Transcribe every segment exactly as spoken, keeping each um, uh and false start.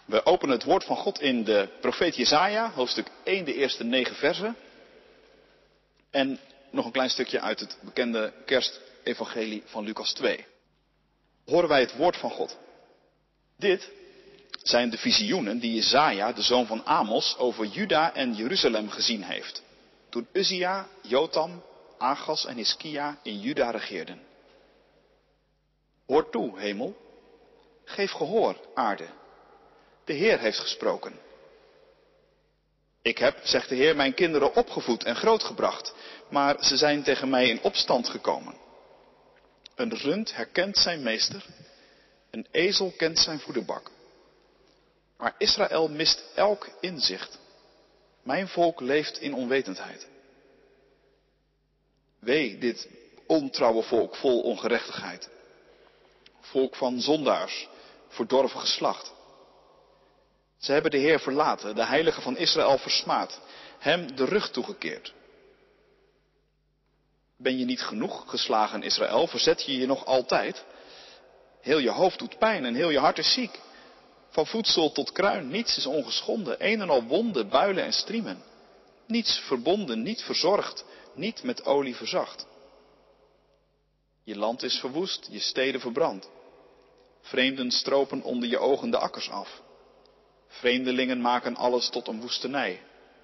We openen het woord van God in de profeet Jesaja, hoofdstuk één, de eerste negen versen. En nog een klein stukje uit het bekende kerstevangelie van Lucas twee. Horen wij het woord van God. Dit zijn de visioenen die Jesaja, de zoon van Amos, over Juda en Jeruzalem gezien heeft. Toen Uzia, Jotam, Agas en Hiskia in Juda regeerden. Hoor toe, hemel. Geef gehoor, aarde. De Heer heeft gesproken. Ik heb, zegt de Heer, mijn kinderen opgevoed en grootgebracht, maar ze zijn tegen mij in opstand gekomen. Een rund herkent zijn meester, een ezel kent zijn voederbak. Maar Israël mist elk inzicht. Mijn volk leeft in onwetendheid. Wee dit ontrouwe volk vol ongerechtigheid. Volk van zondaars, verdorven geslacht. Ze hebben de Heer verlaten, de heilige van Israël versmaad, hem de rug toegekeerd. Ben je niet genoeg geslagen, Israël? Verzet je je nog altijd? Heel je hoofd doet pijn en heel je hart is ziek. Van voedsel tot kruin, niets is ongeschonden, een en al wonden, builen en striemen. Niets verbonden, niet verzorgd, niet met olie verzacht. Je land is verwoest, je steden verbrand. Vreemden stropen onder je ogen de akkers af. Vreemdelingen maken alles tot een woestenij.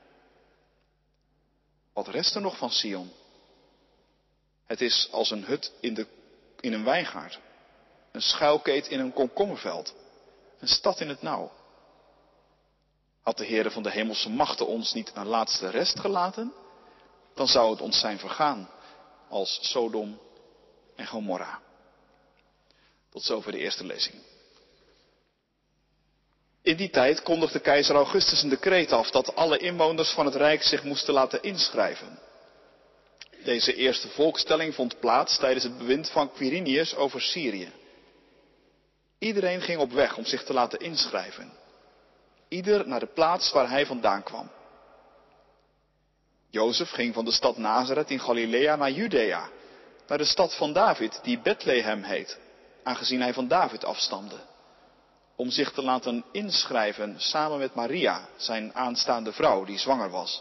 Wat rest er nog van Sion? Het is als een hut in, de, in een wijngaard. Een schuilkeet in een komkommerveld. Een stad in het nauw. Had de Heere van de hemelse machten ons niet een laatste rest gelaten? Dan zou het ons zijn vergaan als Sodom en Gomorra. Tot zover de eerste lezing. In die tijd kondigde keizer Augustus een decreet af dat alle inwoners van het Rijk zich moesten laten inschrijven. Deze eerste volkstelling vond plaats tijdens het bewind van Quirinius over Syrië. Iedereen ging op weg om zich te laten inschrijven. Ieder naar de plaats waar hij vandaan kwam. Jozef ging van de stad Nazareth in Galilea naar Judea, naar de stad van David die Bethlehem heet, aangezien hij van David afstamde. Om zich te laten inschrijven samen met Maria, zijn aanstaande vrouw die zwanger was.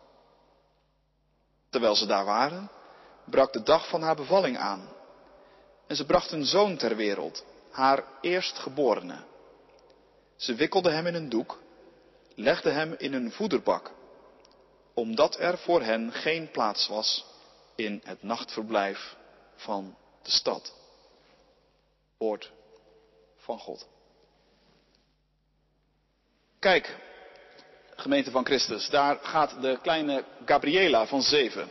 Terwijl ze daar waren, brak de dag van haar bevalling aan. En ze bracht een zoon ter wereld, haar eerstgeborene. Ze wikkelde hem in een doek, legde hem in een voederbak, omdat er voor hen geen plaats was in het nachtverblijf van de stad. Woord van God. Kijk, gemeente van Christus, daar gaat de kleine Gabriela van zeven.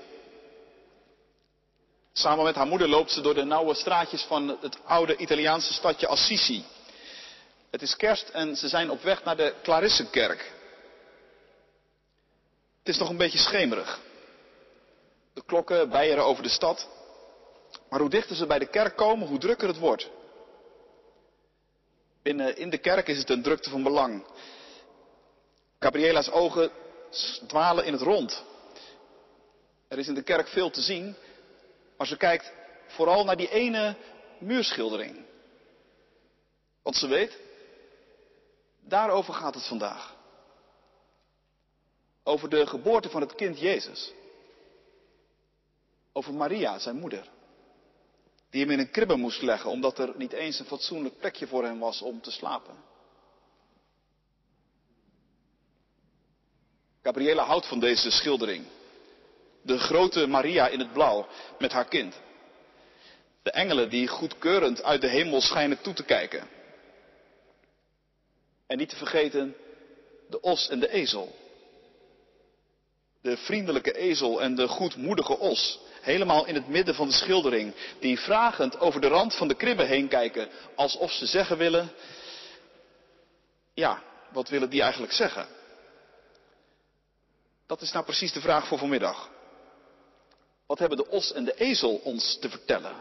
Samen met haar moeder loopt ze door de nauwe straatjes van het oude Italiaanse stadje Assisi. Het is kerst en ze zijn op weg naar de Clarissenkerk. Het is nog een beetje schemerig. De klokken bijeren over de stad. Maar hoe dichter ze bij de kerk komen, hoe drukker het wordt. Binnen in de kerk is het een drukte van belang. Gabriela's ogen dwalen in het rond. Er is in de kerk veel te zien, maar ze kijkt vooral naar die ene muurschildering. Want ze weet, daarover gaat het vandaag. Over de geboorte van het kind Jezus. Over Maria, zijn moeder. Die hem in een kribbe moest leggen, omdat er niet eens een fatsoenlijk plekje voor hem was om te slapen. Gabriela houdt van deze schildering. De grote Maria in het blauw met haar kind. De engelen die goedkeurend uit de hemel schijnen toe te kijken. En niet te vergeten de os en de ezel. De vriendelijke ezel en de goedmoedige os. Helemaal in het midden van de schildering. Die vragend over de rand van de kribbe heen kijken. Alsof ze zeggen willen. Ja, wat willen die eigenlijk zeggen? Dat is nou precies de vraag voor vanmiddag. Wat hebben de os en de ezel ons te vertellen?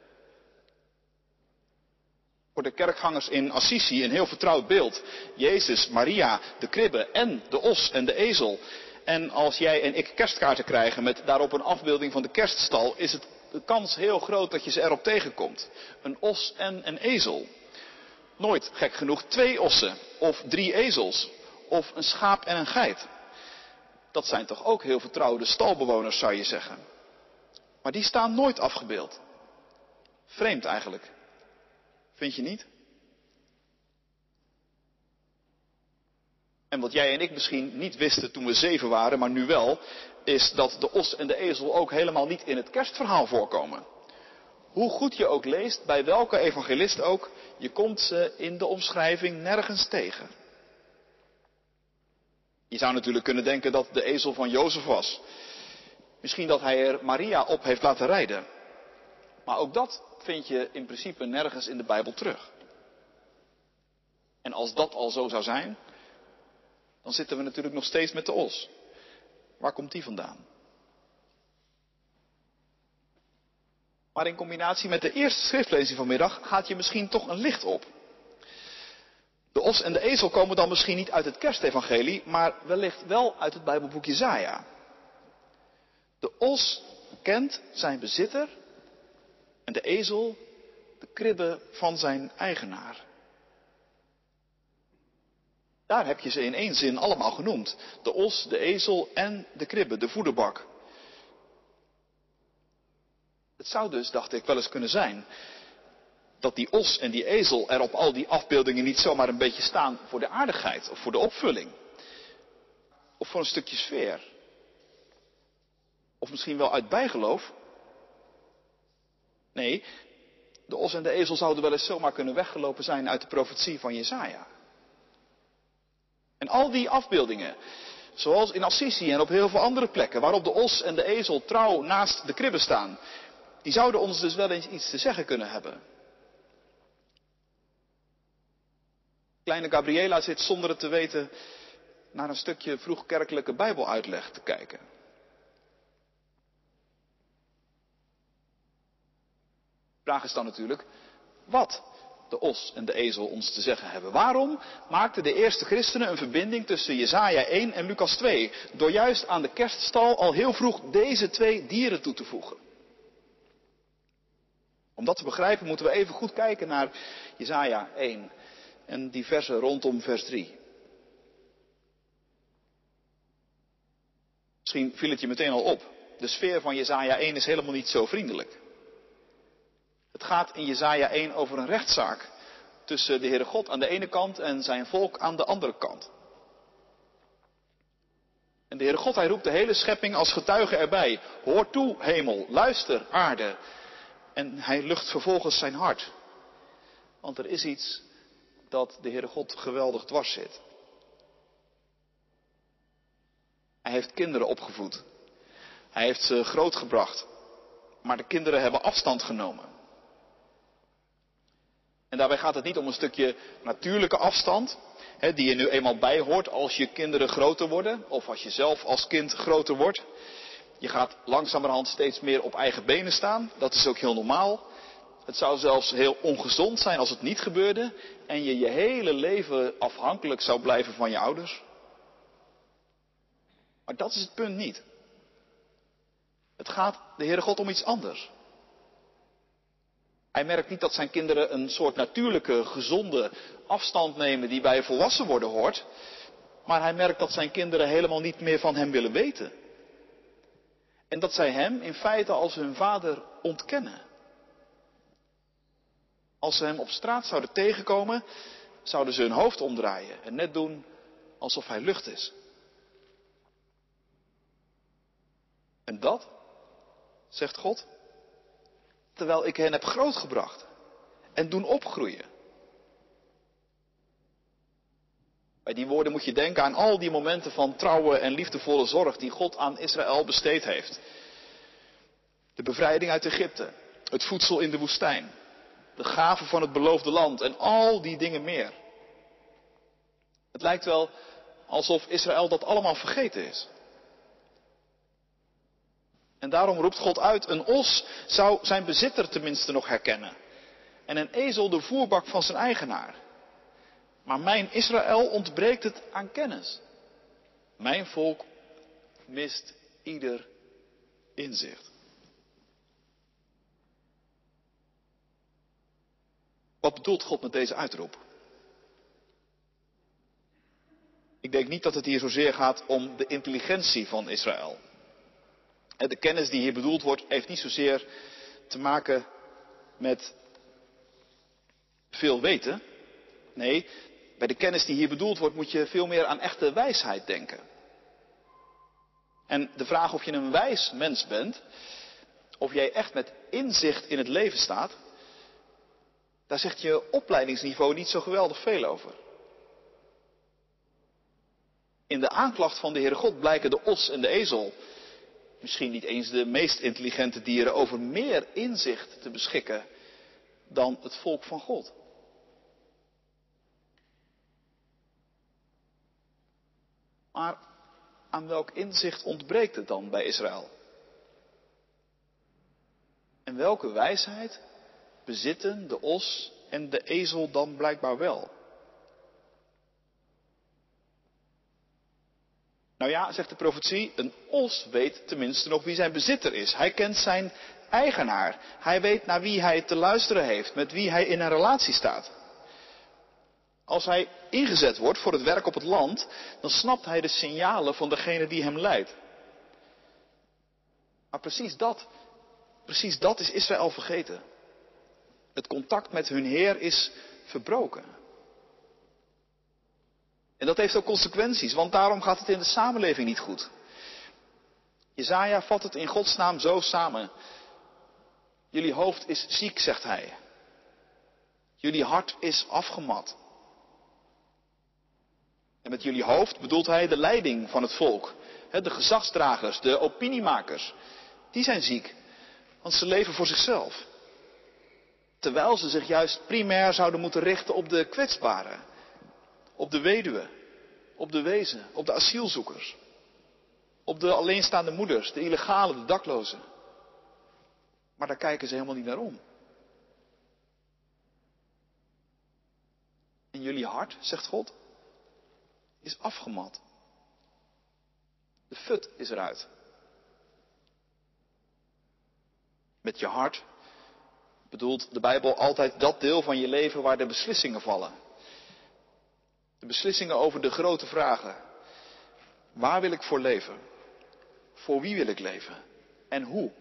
Voor de kerkgangers in Assisi een heel vertrouwd beeld. Jezus, Maria, de kribbe en de os en de ezel. En als jij en ik kerstkaarten krijgen met daarop een afbeelding van de kerststal, is het de kans heel groot dat je ze erop tegenkomt. Een os en een ezel. Nooit, gek genoeg, twee ossen of drie ezels of een schaap en een geit. Dat zijn toch ook heel vertrouwde stalbewoners, zou je zeggen. Maar die staan nooit afgebeeld. Vreemd eigenlijk. Vind je niet? En wat jij en ik misschien niet wisten toen we zeven waren, maar nu wel, is dat de os en de ezel ook helemaal niet in het kerstverhaal voorkomen. Hoe goed je ook leest, bij welke evangelist ook, je komt ze in de omschrijving nergens tegen. Je zou natuurlijk kunnen denken dat de ezel van Jozef was. Misschien dat hij er Maria op heeft laten rijden. Maar ook dat vind je in principe nergens in de Bijbel terug. En als dat al zo zou zijn, dan zitten we natuurlijk nog steeds met de os. Waar komt die vandaan? Maar in combinatie met de eerste schriftlezing vanmiddag gaat je misschien toch een licht op. De os en de ezel komen dan misschien niet uit het kerstevangelie, maar wellicht wel uit het Bijbelboek Jesaja. De os kent zijn bezitter en de ezel de kribbe van zijn eigenaar. Daar heb je ze in één zin allemaal genoemd. De os, de ezel en de kribbe, de voederbak. Het zou dus, dacht ik, wel eens kunnen zijn dat die os en die ezel er op al die afbeeldingen niet zomaar een beetje staan voor de aardigheid of voor de opvulling. Of voor een stukje sfeer. Of misschien wel uit bijgeloof. Nee, de os en de ezel zouden wel eens zomaar kunnen weggelopen zijn uit de profetie van Jesaja. En al die afbeeldingen, zoals in Assisi en op heel veel andere plekken, waarop de os en de ezel trouw naast de kribbe staan, die zouden ons dus wel eens iets te zeggen kunnen hebben. Kleine Gabriela zit zonder het te weten naar een stukje vroegkerkelijke Bijbeluitleg te kijken. De vraag is dan natuurlijk, wat de os en de ezel ons te zeggen hebben. Waarom maakten de eerste christenen een verbinding tussen Jesaja één en Lucas twee, door juist aan de kerststal al heel vroeg deze twee dieren toe te voegen? Om dat te begrijpen moeten we even goed kijken naar Jesaja één en die versen rondom vers drie. Misschien viel het je meteen al op. De sfeer van Jesaja één is helemaal niet zo vriendelijk. Het gaat in Jesaja één over een rechtszaak tussen de Heere God aan de ene kant en zijn volk aan de andere kant. En de Heere God, hij roept de hele schepping als getuige erbij. Hoor toe, hemel, luister, aarde. En hij lucht vervolgens zijn hart. Want er is iets dat de Heere God geweldig dwars zit. Hij heeft kinderen opgevoed. Hij heeft ze grootgebracht. Maar de kinderen hebben afstand genomen. En daarbij gaat het niet om een stukje natuurlijke afstand, hè, die je nu eenmaal bijhoort als je kinderen groter worden, of als je zelf als kind groter wordt. Je gaat langzamerhand steeds meer op eigen benen staan, dat is ook heel normaal. Het zou zelfs heel ongezond zijn als het niet gebeurde en je je hele leven afhankelijk zou blijven van je ouders. Maar dat is het punt niet. Het gaat de Heere God om iets anders. Hij merkt niet dat zijn kinderen een soort natuurlijke, gezonde afstand nemen die bij volwassen worden hoort. Maar hij merkt dat zijn kinderen helemaal niet meer van hem willen weten. En dat zij hem in feite als hun vader ontkennen. Als ze hem op straat zouden tegenkomen, zouden ze hun hoofd omdraaien en net doen alsof hij lucht is. En dat, zegt God, terwijl ik hen heb grootgebracht en doen opgroeien. Bij die woorden moet je denken aan al die momenten van trouwe en liefdevolle zorg die God aan Israël besteed heeft. De bevrijding uit Egypte, het voedsel in de woestijn, de gave van het beloofde land en al die dingen meer. Het lijkt wel alsof Israël dat allemaal vergeten is. En daarom roept God uit, een os zou zijn bezitter tenminste nog herkennen. En een ezel de voerbak van zijn eigenaar. Maar mijn Israël ontbreekt het aan kennis. Mijn volk mist ieder inzicht. Wat bedoelt God met deze uitroep? Ik denk niet dat het hier zozeer gaat om de intelligentie van Israël. De kennis die hier bedoeld wordt, heeft niet zozeer te maken met veel weten. Nee, bij de kennis die hier bedoeld wordt, moet je veel meer aan echte wijsheid denken. En de vraag of je een wijs mens bent, of jij echt met inzicht in het leven staat, daar zegt je opleidingsniveau niet zo geweldig veel over. In de aanklacht van de Heere God blijken de os en de ezel, misschien niet eens de meest intelligente dieren, over meer inzicht te beschikken dan het volk van God. Maar aan welk inzicht ontbreekt het dan bij Israël? En welke wijsheid bezitten de os en de ezel dan blijkbaar wel? Nou ja, zegt de profetie, een os weet tenminste nog wie zijn bezitter is. Hij kent zijn eigenaar. Hij weet naar wie hij te luisteren heeft, met wie hij in een relatie staat. Als hij ingezet wordt voor het werk op het land, dan snapt hij de signalen van degene die hem leidt. Maar precies dat, precies dat is Israël vergeten. Het contact met hun Heer is verbroken. En dat heeft ook consequenties, want daarom gaat het in de samenleving niet goed. Jesaja vat het in Gods naam zo samen. Jullie hoofd is ziek, zegt hij. Jullie hart is afgemat. En met jullie hoofd bedoelt hij de leiding van het volk. De gezagsdragers, de opiniemakers. Die zijn ziek, want ze leven voor zichzelf. Terwijl ze zich juist primair zouden moeten richten op de kwetsbaren. Op de weduwe, op de wezen, op de asielzoekers. Op de alleenstaande moeders, de illegale, de daklozen. Maar daar kijken ze helemaal niet naar om. En jullie hart, zegt God, is afgemat. De fut is eruit. Met je hart bedoelt de Bijbel altijd dat deel van je leven waar de beslissingen vallen. De beslissingen over de grote vragen. Waar wil ik voor leven? Voor wie wil ik leven? En hoe?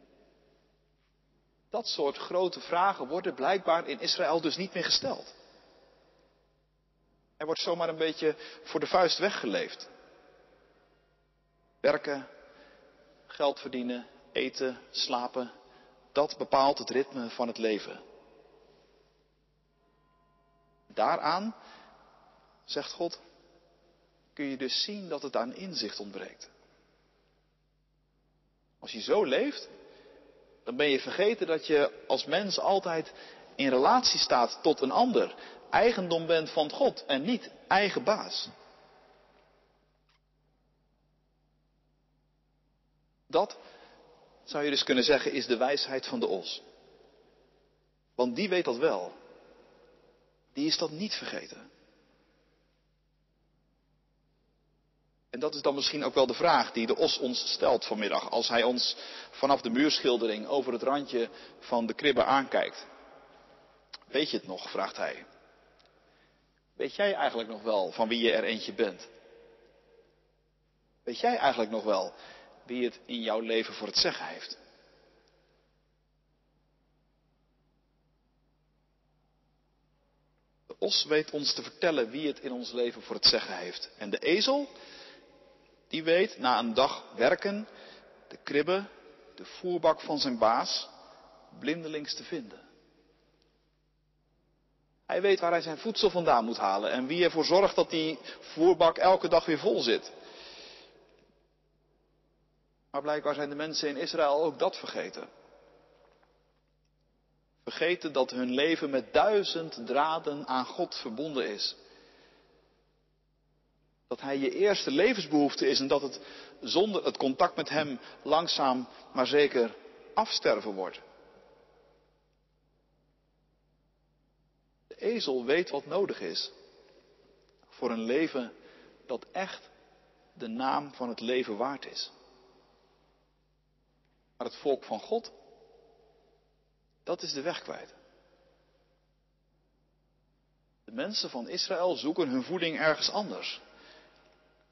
Dat soort grote vragen worden blijkbaar in Israël dus niet meer gesteld. Er wordt zomaar een beetje voor de vuist weggeleefd. Werken, geld verdienen, eten, slapen. Dat bepaalt het ritme van het leven. Daaraan, zegt God, kun je dus zien dat het aan inzicht ontbreekt. Als je zo leeft, dan ben je vergeten dat je als mens altijd in relatie staat tot een ander. Eigendom bent van God en niet eigen baas. Dat, zou je dus kunnen zeggen, is de wijsheid van de os. Want die weet dat wel. Die is dat niet vergeten. En dat is dan misschien ook wel de vraag die de os ons stelt vanmiddag. Als hij ons vanaf de muurschildering over het randje van de kribbe aankijkt. Weet je het nog, vraagt hij. Weet jij eigenlijk nog wel van wie je er eentje bent? Weet jij eigenlijk nog wel wie het in jouw leven voor het zeggen heeft? De os weet ons te vertellen wie het in ons leven voor het zeggen heeft. En de ezel, die weet na een dag werken de kribbe, de voerbak van zijn baas, blindelings te vinden. Hij weet waar hij zijn voedsel vandaan moet halen en wie ervoor zorgt dat die voerbak elke dag weer vol zit. Maar blijkbaar zijn de mensen in Israël ook dat vergeten. Vergeten dat hun leven met duizend draden aan God verbonden is. Dat hij je eerste levensbehoefte is en dat het zonder het contact met hem langzaam maar zeker afsterven wordt. De ezel weet wat nodig is voor een leven dat echt de naam van het leven waard is. Maar het volk van God, dat is de weg kwijt. De mensen van Israël zoeken hun voeding ergens anders.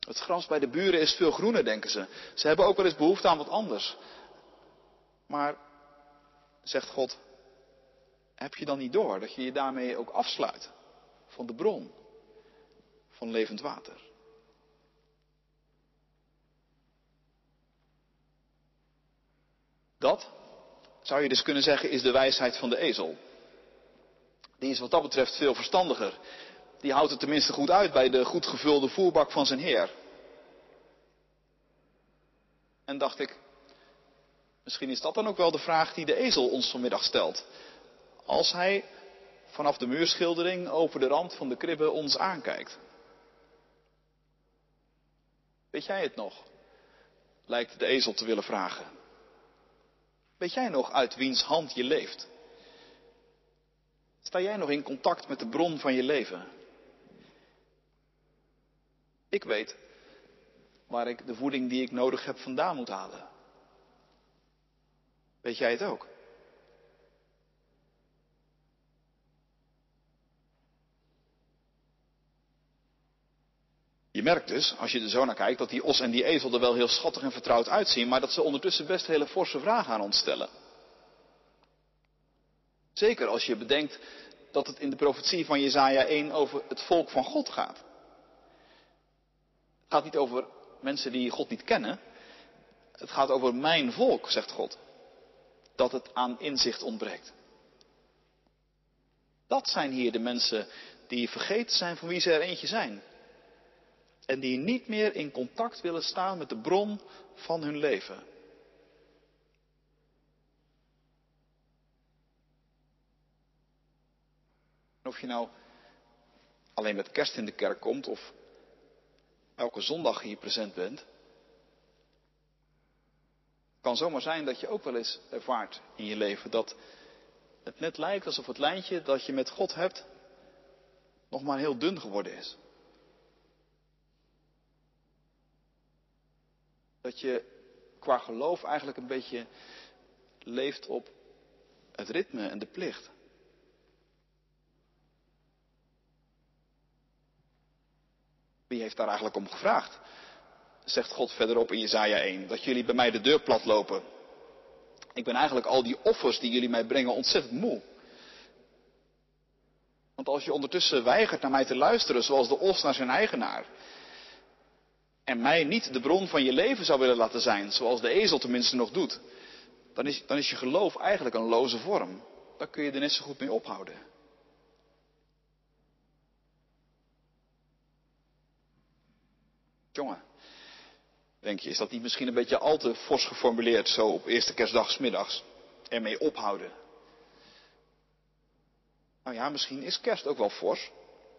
Het gras bij de buren is veel groener, denken ze. Ze hebben ook wel eens behoefte aan wat anders. Maar, zegt God, heb je dan niet door dat je je daarmee ook afsluit van de bron van levend water? Dat, zou je dus kunnen zeggen, is de wijsheid van de ezel. Die is wat dat betreft veel verstandiger. Die houdt het tenminste goed uit bij de goed gevulde voerbak van zijn heer. En dacht ik, misschien is dat dan ook wel de vraag die de ezel ons vanmiddag stelt. Als hij vanaf de muurschildering over de rand van de kribbe ons aankijkt. Weet jij het nog? Lijkt de ezel te willen vragen. Weet jij nog uit wiens hand je leeft? Sta jij nog in contact met de bron van je leven? Ik weet waar ik de voeding die ik nodig heb vandaan moet halen. Weet jij het ook? Je merkt dus, als je er zo naar kijkt, dat die os en die ezel er wel heel schattig en vertrouwd uitzien, maar dat ze ondertussen best hele forse vragen aan ons stellen. Zeker als je bedenkt dat het in de profetie van Jesaja één over het volk van God gaat. Het gaat niet over mensen die God niet kennen. Het gaat over mijn volk, zegt God. Dat het aan inzicht ontbreekt. Dat zijn hier de mensen die vergeten zijn van wie ze er eentje zijn. En die niet meer in contact willen staan met de bron van hun leven. Of je nou alleen met kerst in de kerk komt of elke zondag hier present bent. Het kan zomaar zijn dat je ook wel eens ervaart in je leven dat het net lijkt alsof het lijntje dat je met God hebt nog maar heel dun geworden is. Dat je qua geloof eigenlijk een beetje leeft op het ritme en de plicht. Wie heeft daar eigenlijk om gevraagd? Zegt God verderop in Jesaja één. Dat jullie bij mij de deur plat lopen. Ik ben eigenlijk al die offers die jullie mij brengen ontzettend moe. Want als je ondertussen weigert naar mij te luisteren zoals de os naar zijn eigenaar. En mij niet de bron van je leven zou willen laten zijn, zoals de ezel tenminste nog doet. Dan is, dan is je geloof eigenlijk een loze vorm. Daar kun je er net zo goed mee ophouden. Jongen, denk je, is dat niet misschien een beetje al te fors geformuleerd zo op eerste kerstdag 's middags? Ermee ophouden. Nou ja, misschien is kerst ook wel fors.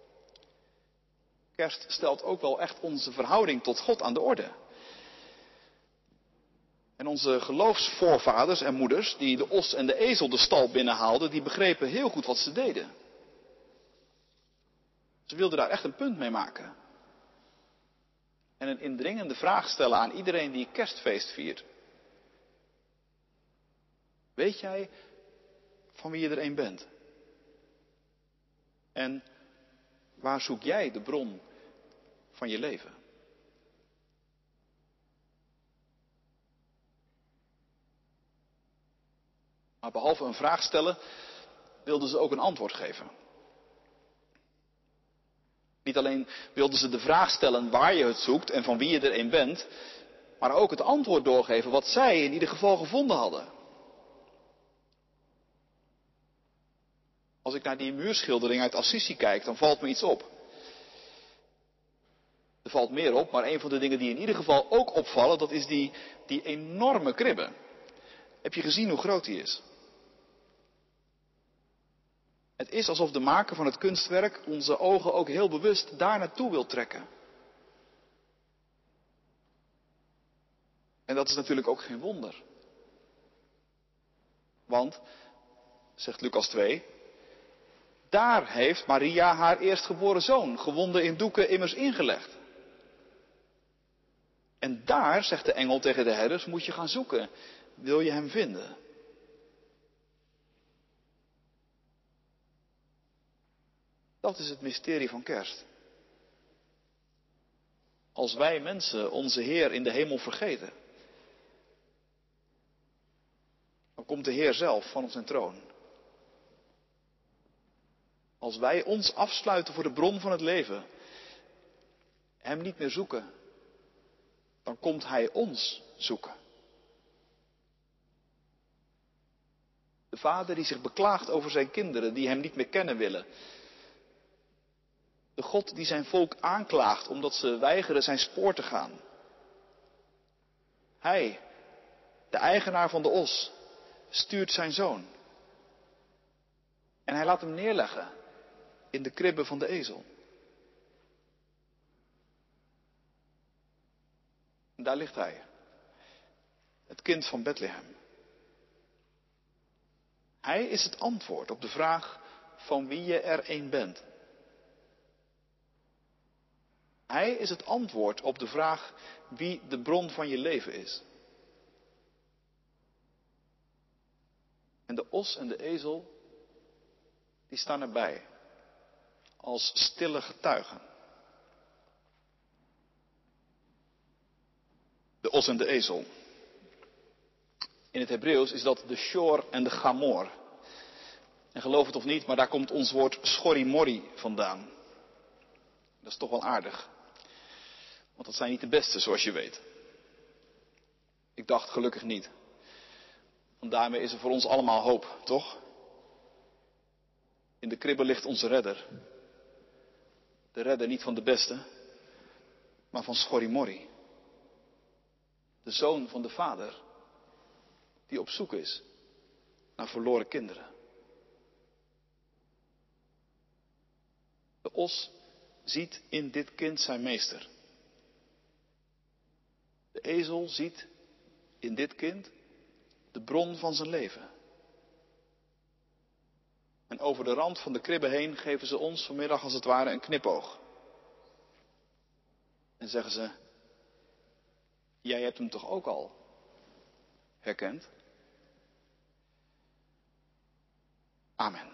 Kerst stelt ook wel echt onze verhouding tot God aan de orde. En onze geloofsvoorvaders en moeders, die de os en de ezel de stal binnenhaalden, die begrepen heel goed wat ze deden. Ze wilden daar echt een punt mee maken. En een indringende vraag stellen aan iedereen die kerstfeest viert. Weet jij van wie je er een bent? En waar zoek jij de bron van je leven? Maar behalve een vraag stellen, wilden ze ook een antwoord geven. Niet alleen wilden ze de vraag stellen waar je het zoekt en van wie je er een bent, maar ook het antwoord doorgeven wat zij in ieder geval gevonden hadden. Als ik naar die muurschildering uit Assisi kijk, dan valt me iets op. Er valt meer op, maar een van de dingen die in ieder geval ook opvallen, dat is die, die enorme kribbe. Heb je gezien hoe groot die is? Het is alsof de maker van het kunstwerk onze ogen ook heel bewust daar naartoe wil trekken. En dat is natuurlijk ook geen wonder. Want, zegt Lucas twee, daar heeft Maria haar eerstgeboren zoon, gewonden in doeken, immers ingelegd. En daar, zegt de engel tegen de herders, moet je gaan zoeken. Wil je hem vinden? Dat is het mysterie van kerst. als wij mensen onze Heer in de hemel vergeten. Dan komt de Heer zelf van op zijn troon. Als wij ons afsluiten voor de bron van het leven, hem niet meer zoeken, dan komt hij ons zoeken. De vader die zich beklaagt over zijn kinderen die hem niet meer kennen willen. De God die zijn volk aanklaagt omdat ze weigeren zijn spoor te gaan. Hij, de eigenaar van de os, stuurt zijn zoon. En hij laat hem neerleggen in de kribbe van de ezel. En daar ligt hij, het kind van Bethlehem. Hij is het antwoord op de vraag van wie je er een bent. Hij is het antwoord op de vraag wie de bron van je leven is. En de os en de ezel, die staan erbij, als stille getuigen. De os en de ezel. In het Hebreeuws is dat de shor en de gamor. En geloof het of niet, maar daar komt ons woord schorrimorri vandaan. Dat is toch wel aardig. Want dat zijn niet de beste, zoals je weet. Ik dacht gelukkig niet. Want daarmee is er voor ons allemaal hoop, toch? In de kribbe ligt onze redder. De redder niet van de beste, maar van schorrimorri. De zoon van de vader, die op zoek is naar verloren kinderen. De os ziet in dit kind zijn meester. De ezel ziet in dit kind de bron van zijn leven. En over de rand van de kribbe heen geven ze ons vanmiddag als het ware een knipoog. En zeggen ze, jij hebt hem toch ook al herkend? Amen.